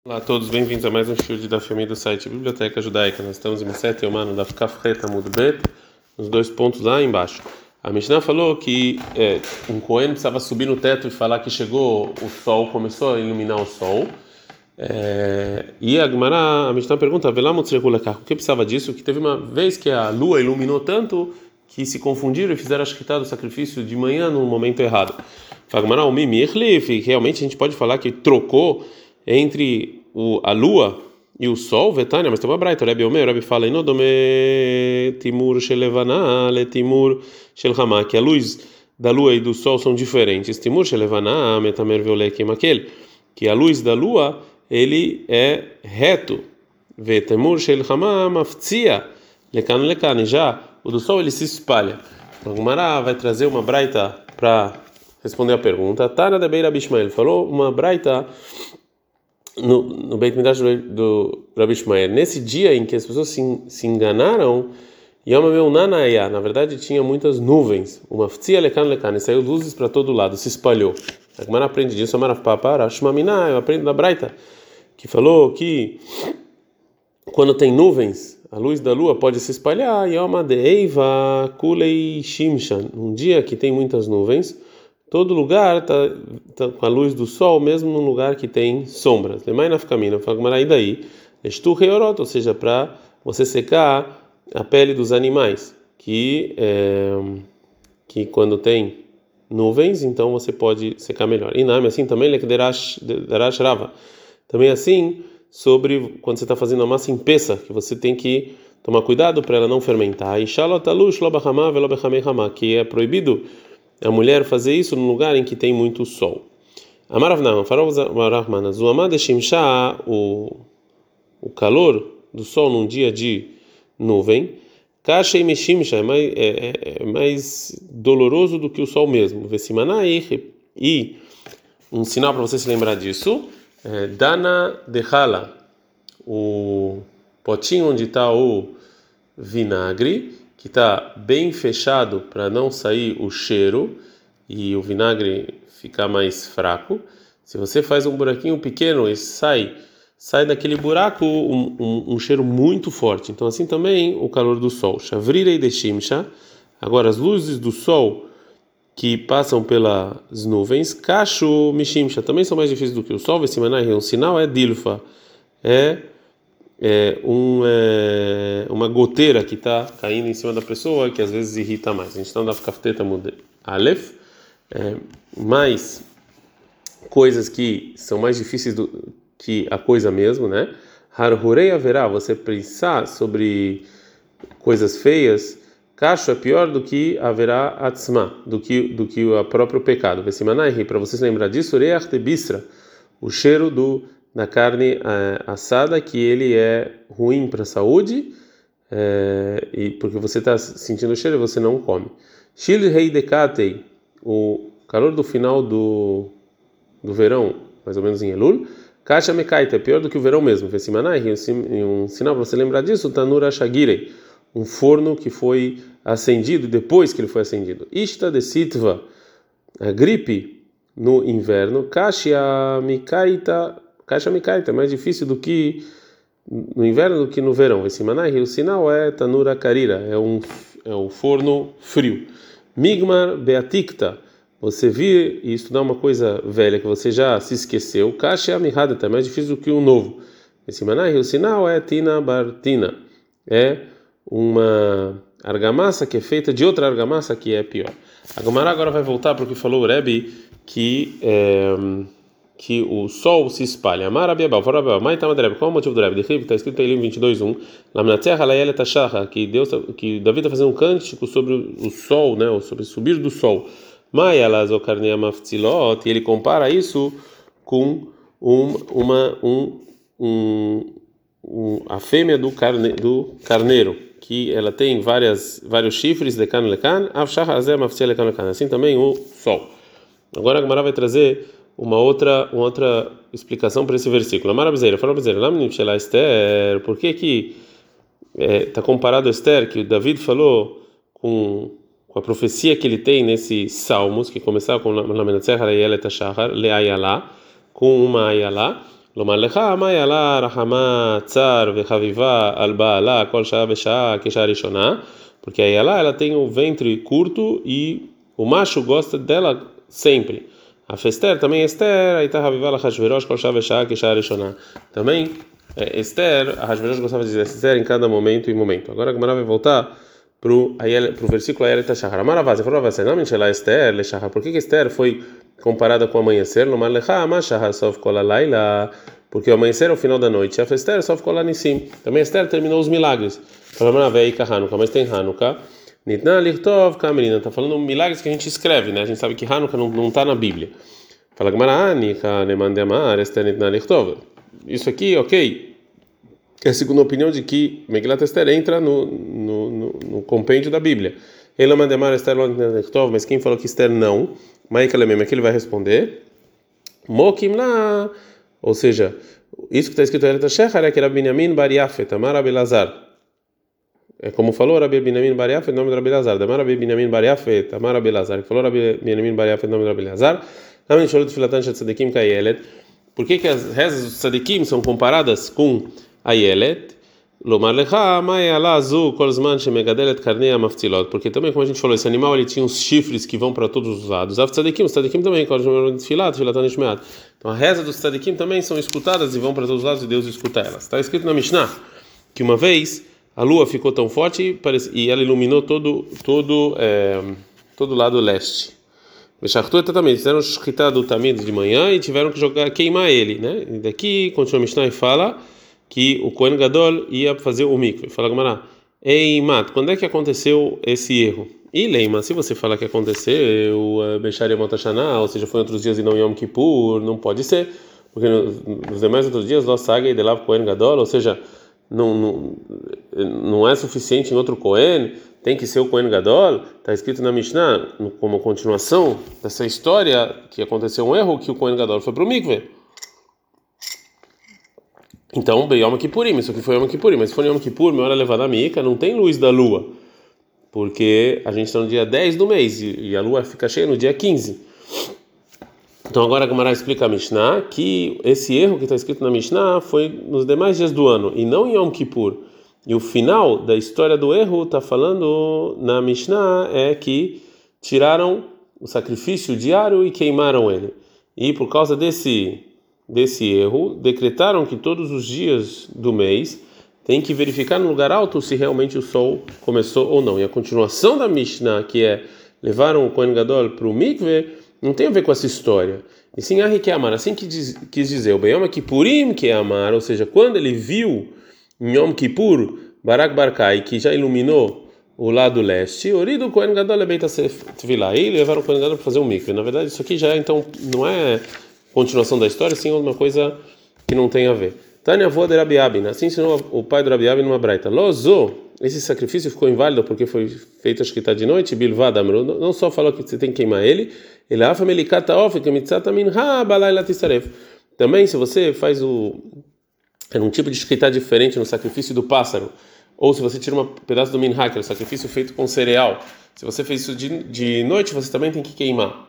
Olá a todos, bem-vindos a mais um show da família do site Biblioteca Judaica. Nós estamos em Maset Yomano da Kaf Het Amud Bet, nos dois pontos lá embaixo. A Mishnah falou que um Cohen precisava subir no teto e falar que chegou o sol, começou a iluminar o sol. E a Gemara, a Mishnah pergunta, por que precisava disso? Que teve uma vez que a lua iluminou tanto que se confundiram e fizeram a shkita do sacrifício de manhã no momento errado. Fagmará, o Mimi, realmente a gente pode falar que trocou entre a lua e o sol, Vetânia, mas tem uma braita, o Rebbe fala, Inodome Timur Shelevana le Timur Shelhama, que a luz da lua e do sol são diferentes. Timur Shelevana metamer veolekim aquele, que a luz da lua ele é reto. Vetemur Shelhama maftzia lekan lekan, já o do sol ele se espalha. O Gemara vai trazer uma braita para responder a pergunta. Tana de Beira Bishmael falou uma braita no Beit Midrash do Rabi Ishmael, nesse dia em que as pessoas se enganaram, na verdade tinha muitas nuvens, uma ftzia lekan lekan, e saiu luzes para todo lado, se espalhou. A Gemara aprende disso, eu aprendo da braita, que falou que quando tem nuvens, a luz da lua pode se espalhar, um dia que tem muitas nuvens, todo lugar tá com a luz do sol, mesmo num lugar que tem sombras. Demais na ficamina, e daí? Ou seja, para você secar a pele dos animais, que quando tem nuvens, então você pode secar melhor. E não, assim também, Derash Rava. Também assim, sobre quando você está fazendo a massa em peça, que você tem que tomar cuidado para ela não fermentar. E que é proibido a mulher fazer isso num lugar em que tem muito sol. O calor do sol num dia de nuvem, é mais doloroso do que o sol mesmo. E um sinal para você se lembrar disso, Dana de Hala, o potinho onde está o vinagre, que está bem fechado para não sair o cheiro e o vinagre ficar mais fraco. Se você faz um buraquinho pequeno e sai daquele buraco um cheiro muito forte. Então assim também o calor do sol. Shavrirei de Shimsha. Agora as luzes do sol que passam pelas nuvens, Kashu Mishimsha, também são mais difíceis do que o sol. Um sinal é Dilfa. Uma goteira que está caindo em cima da pessoa, que às vezes irrita mais. A gente está no Kafteta Aleph, mais coisas que são mais difíceis do que a coisa mesmo, né? Harhurei haverá, você pensar sobre coisas feias, Cacho é pior do que haverá atzma, do que o próprio pecado. Para você se lembrar disso, Reach de Bisra, o cheiro da carne assada, que ele é ruim para a saúde, e porque você está sentindo o cheiro e você não come. Shil rei dekatei, o calor do final do verão, mais ou menos em Elul, kasha mekaita, é pior do que o verão mesmo. Um sinal para você lembrar disso, tanura shagirei, um forno que foi acendido depois que ele foi acendido. Ishta de sitva, a gripe no inverno, kasha mekaita, é mais difícil do que no inverno do que no verão. Esse manai, o sinal é tanura karira, é um forno frio. Migmar beatikta, você vir e estudar uma coisa velha que você já se esqueceu. Kasha mihadata, é mais difícil do que um novo. Esse manai, o sinal é tina bartina, é uma argamassa que é feita de outra argamassa que é pior. A Gemara agora vai voltar para o que falou o Rebbe, que o sol se espalha. Amar Abiabal, qual é o motivo do Rebbe? Está escrito em Elim 22:1, que Davi está fazendo um cântico sobre o sol, né, ou sobre o subir do sol. E ele compara isso com a fêmea do carneiro, que ela tem vários chifres, lekan lekan, assim também o sol. Agora a Gemara vai trazer uma outra explicação para esse versículo. Amar Abizeira, fala Abizeira, Esther, por que está comparado a Esther, que o David falou com a profecia que ele tem nesses salmos, que começava com com uma ayalá, Lomar lecha, amai ala, rahama, tsar, vechaviva, alba ala, kol shah veshah, kesha rishonah, porque a Yalá ela tem o ventre curto e o macho gosta dela sempre. A Esther também Esther, aí tá Havivala Hashverosh, kol shah veshah, kesha rishonah. Também Esther, a Hashverosh gostava de dizer Esther em cada momento e momento. Agora a Gemara vai voltar pro versículo Ayelet HaShachar. Amaravaz, você falou, não, mentira, Esther, Leshachar. Por que Esther foi comparada com o amanhecer? No Malechá, Mashahar, Sof Kol Halayla, porque o amanhecer é o final da noite. A Esther, Sof Kol Hanissim. Também Esther terminou os milagres. Mas tem Hanukkah. Nitna Lichtov Kamerina. Está falando milagres que a gente escreve, né? A gente sabe que Hanukkah não está na Bíblia. Fala Gemara, Nika, Nemandemar, Esther Nitna Lichtov. Isso aqui, ok. Que é a segunda opinião de que Megilat Esther entra no compêndio da Bíblia. Ele mandamar Esther Lichtov, mas quem falou que Esther não? Maikalemem, aqui ele vai responder. Mokim lá. Ou seja, isso que está escrito em Shechar é que era Binyamin Bar Yafet, Amar Rabi Lazar. É como falou Rabi Binyamin Bar Yafet, nome de Rabi Lazar. Amar Rabi Binyamin Bar Yafet, Amar Rabi Lazar. Que falou Rabi Binyamin Bar Yafet, nome de Rabi Lazar. Também falou de Filatan Shetzadekim Kayelet. Por que as rezas dos tzadikim são comparadas com Ayelet? Lomar lecha, mai ala azul, kolzman shemegadelet karnei amaftzilot. Porque também, como a gente falou, esse animal ele tinha uns chifres que vão para todos os lados. Os tzadikim também, então a reza dos tzadikim também são escutadas e vão para todos os lados e Deus escuta elas. Está escrito na Mishnah que uma vez a lua ficou tão forte e ela iluminou todo o lado leste. Também fizeram o shkita do tamid de manhã e tiveram que queimar ele, né? E daqui continua a Mishnah e fala que o Kohen Gadol ia fazer o mikve. Fala Gamara, ei Mat, quando é que aconteceu esse erro? E Leima, se você falar que aconteceu Bechar Yom HaShanah, ou seja, foi em outros dias e não Yom Kippur, não pode ser, porque nos demais outros dias Lo Saga e Delav Kohen Gadol, ou seja, não é suficiente em outro Kohen, tem que ser o Kohen Gadol. Está escrito na Mishnah, como continuação dessa história, que aconteceu um erro, que o Kohen Gadol foi para o mikve. Então, Yom Kippurim, isso aqui foi Yom Kippurim, mas se for Yom Kippur, minha hora levada a mica, não tem luz da lua, porque a gente está no dia 10 do mês e a lua fica cheia no dia 15. Então agora a Gemara explica a Mishnah que esse erro que está escrito na Mishnah foi nos demais dias do ano e não em Yom Kippur. E o final da história do erro está falando na Mishnah é que tiraram o sacrifício diário e queimaram ele. E por causa desse erro, decretaram que todos os dias do mês tem que verificar no lugar alto se realmente o sol começou ou não. E a continuação da Mishnah, que é levaram o Kohen Gadol para o mikve, não tem a ver com essa história. E sim, Ari que é amar, assim que quis dizer, o Beyom Kippurim que é amar, ou seja, quando ele viu em Yom Kippur, Barak Barkai, que já iluminou o lado leste, Orido Kohen Gadol lebeita tefilá, e levaram o Kohen Gadol para fazer um mikve. Na verdade, isso aqui já então não é continuação da história, sim uma coisa que não tem a ver. Tânia avó de Rabi Abin, assim ensinou o pai do Rabi Abin numa braita. Lozo, esse sacrifício ficou inválido porque foi feito a shkita de noite, bilvad amru, não só falou que você tem que queimar ele afa melikata of, que mitzata minha balayla tisaref. Também se você faz um tipo de shkita diferente no sacrifício do pássaro, ou se você tira um pedaço do minha, que é o sacrifício feito com cereal, se você fez isso de noite, você também tem que queimar.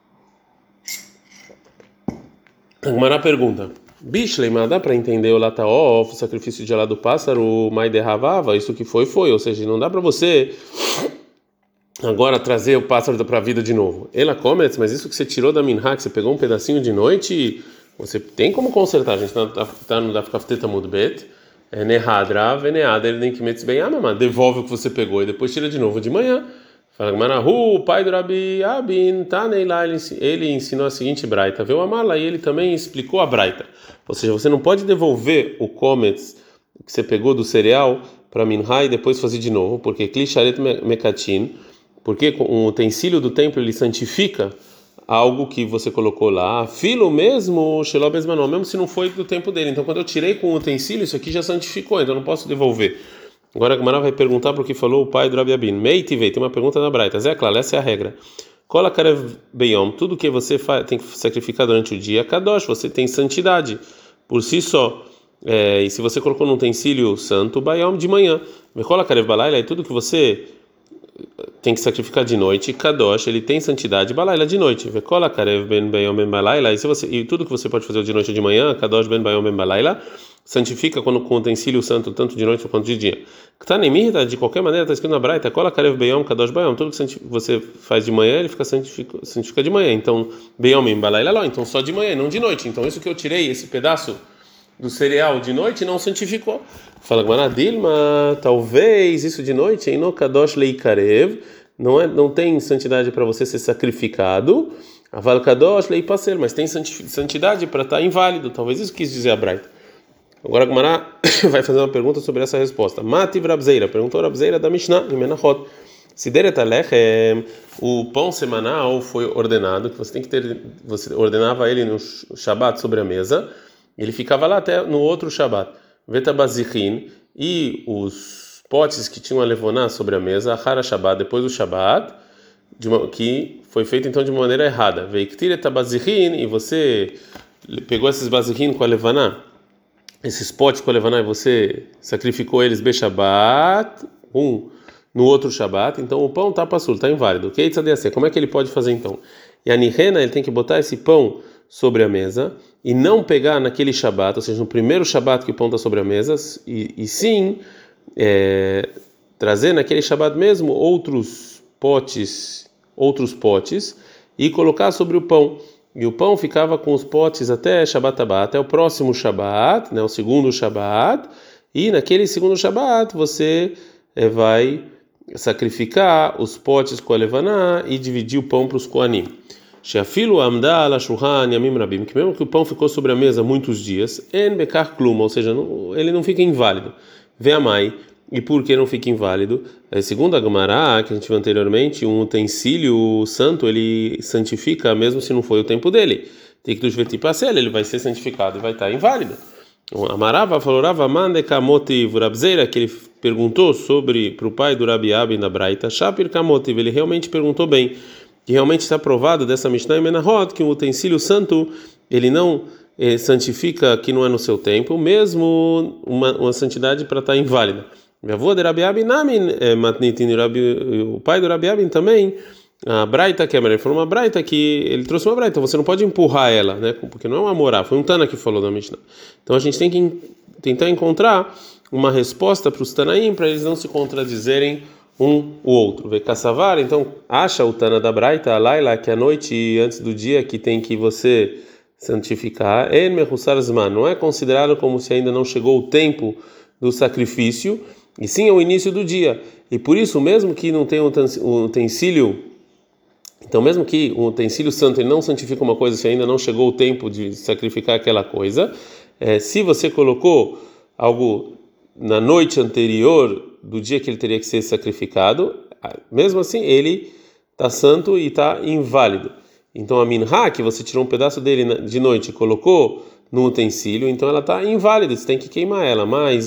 Agmará pergunta: Bishleima, dá para entender o lataof, o sacrifício de lá do pássaro, mai derravava? Isso que foi, ou seja, não dá para você agora trazer o pássaro para a vida de novo. Ela come, mas isso que você tirou da minha, que você pegou um pedacinho de noite, você tem como consertar. A gente está no Daf Kaftei Amud Bet, Nehadra, Veneada, ele tem que meter bem, devolve o que você pegou e depois tira de novo de manhã. Fala, Manahu, o pai do Rabi Abin, Taneilá, ele ensinou a seguinte braita, viu Amala, e ele também explicou a braita. Ou seja, você não pode devolver o comets que você pegou do cereal para Minha e depois fazer de novo, porque Klisharet Mekatin, porque o utensílio do templo ele santifica algo que você colocou lá, filo mesmo, mesmo se não foi do tempo dele. Então, quando eu tirei com o utensílio, isso aqui já santificou, então eu não posso devolver. Agora a Gemara vai perguntar para o que falou o pai do Rabi Abin. Meitivei, tem uma pergunta na Braita. Zé, claro, essa é a regra. Cola karev beyom, tudo que você tem que sacrificar durante o dia, kadosh, você tem santidade por si só. E se você colocou num utensílio santo, bayom de manhã. Cola karev balayla, e tudo que você tem que sacrificar de noite, kadosh, ele tem santidade, balaila de noite, vekola karev ben bayom ben balaila, e tudo que você pode fazer de noite ou de manhã, kadosh ben bayom ben balaila, santifica quando com utensílio santo, tanto de noite quanto de dia. Ktanemir, de qualquer maneira, está escrito na Braita, kola karev bayom kadosh bayom, tudo que você faz de manhã, ele fica santifica de manhã, então bayom ben balaila lá, então só de manhã, não de noite. Então isso que eu tirei, esse pedaço do cereal de noite não santificou. Fala Gmará, Dilma, talvez isso de noite em no kadosh leikarev não tem santidade para você ser sacrificado, aval kadosh leipaser, mas tem santidade para estar inválido. Talvez isso quis dizer a Braita. Agora Gmará vai fazer uma pergunta sobre essa resposta. Mativ Rabzeira, perguntou Rabzeira da Mishnah em Menachot. Sideret alechem, o pão semanal foi ordenado que você tem que ter, você ordenava ele no Shabat sobre a mesa. Ele ficava lá até no outro Shabat. Vetabazichin, e os potes que tinham a levoná sobre a mesa, Ahara Shabat, depois do Shabat, que foi feito então de uma maneira errada. Veiktire tabazichin, e você pegou esses bazichin com a levaná, esses potes com a levaná, e você sacrificou eles Shabat, no outro Shabat, então o pão está passul, está inválido. Como é que ele pode fazer então? E a nihena, ele tem que botar esse pão sobre a mesa e não pegar naquele Shabat, ou seja, no primeiro Shabat que o pão está sobre a mesa, e sim trazer naquele Shabat mesmo outros potes e colocar sobre o pão. E o pão ficava com os potes até Shabat Abá, até o próximo Shabat, né, o segundo Shabat, e naquele segundo Shabat você vai sacrificar os potes com a levaná e dividir o pão para os koanim. Sheafilu amda ala shulchan yamim rabim, que mesmo que o pão ficou sobre a mesa muitos dias, en bekar klum, ou seja, ele não fica inválido. Veamai, e por que não fica inválido? Segundo a Gemara, que a gente viu anteriormente, um utensílio santo, ele santifica mesmo se não foi o tempo dele. Tem que dos vetipasel, ele vai ser santificado e vai estar inválido. Amarava falou Rava mande kamotiv Rabzeira, que ele perguntou para o pai do Rabi Abin da Braita, Shapir kamotiv, ele realmente perguntou bem, que realmente está provado dessa Mishnah em Menachot, que o utensílio santo, ele não santifica que não é no seu tempo, mesmo uma santidade para estar inválida. Minha avó de Rabi Abin Namin, o pai do Rabi Abin também, a Braita, que ele falou uma Braita, que ele trouxe uma Braita, você não pode empurrar ela, né? Porque não é uma morá, foi um Tana que falou da Mishnah. Então a gente tem que tentar encontrar uma resposta para os Tanaim, para eles não se contradizerem o outro. Vê Kassavar, então acha o Tana da Braita, a Laila, que a noite antes do dia que tem que você santificar, não é considerado como se ainda não chegou o tempo do sacrifício, e sim é o início do dia. E por isso, mesmo que não tenha um utensílio, então mesmo que o utensílio santo ele não santifica uma coisa se ainda não chegou o tempo de sacrificar aquela coisa, se você colocou algo na noite anterior do dia que ele teria que ser sacrificado, mesmo assim ele está santo e está inválido. Então a minha, que você tirou um pedaço dele de noite e colocou no utensílio, então ela está inválida, você tem que queimar ela. Mas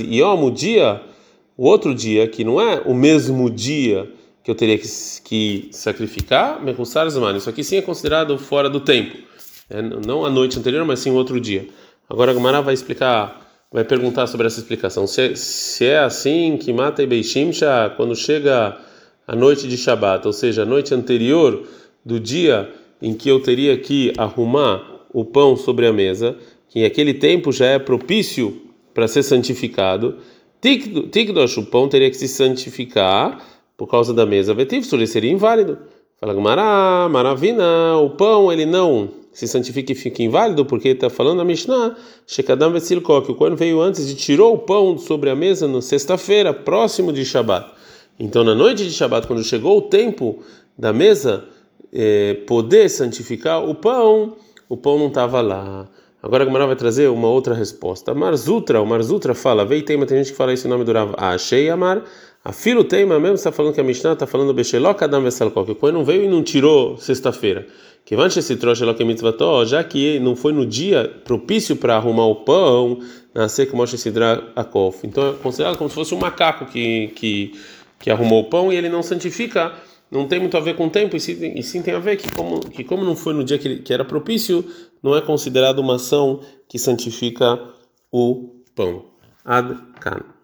o outro dia, que não é o mesmo dia que eu teria que sacrificar, Mekussar Zman, isso aqui sim é considerado fora do tempo, não a noite anterior, mas sim o outro dia. Agora a Gemara vai perguntar sobre essa explicação. Se é assim que mata e Beishimsha, quando chega a noite de Shabat, ou seja, a noite anterior do dia em que eu teria que arrumar o pão sobre a mesa, que em aquele tempo já é propício para ser santificado, Tikdosh, o pão teria que se santificar por causa da mesa. Vetivsul, ele seria inválido. Fala Gemara, Maravina, o pão ele não se santifica e fica inválido, porque está falando a Mishnah, Shekadam Vetsilko, que o Kohen veio antes e tirou o pão sobre a mesa na sexta-feira, próximo de Shabat. Então, na noite de Shabat, quando chegou o tempo da mesa poder santificar o pão não estava lá. Agora a Gemara vai trazer uma outra resposta. O Marzutra fala, tem gente que fala esse nome do Rav Ashei Amar, a filo teima mesmo está falando que a Mishnah está falando Bechelok Adam Vesalkok, que o Kohen não veio e não tirou sexta-feira. Que vanche se trouxe Elok Mitzvató, já que não foi no dia propício para arrumar o pão, nascer como Moshe Sidra Akof. Então é considerado como se fosse um macaco que arrumou o pão e ele não santifica. Não tem muito a ver com o tempo, e sim tem a ver que como não foi no dia que era propício, não é considerado uma ação que santifica o pão. Ad Kan.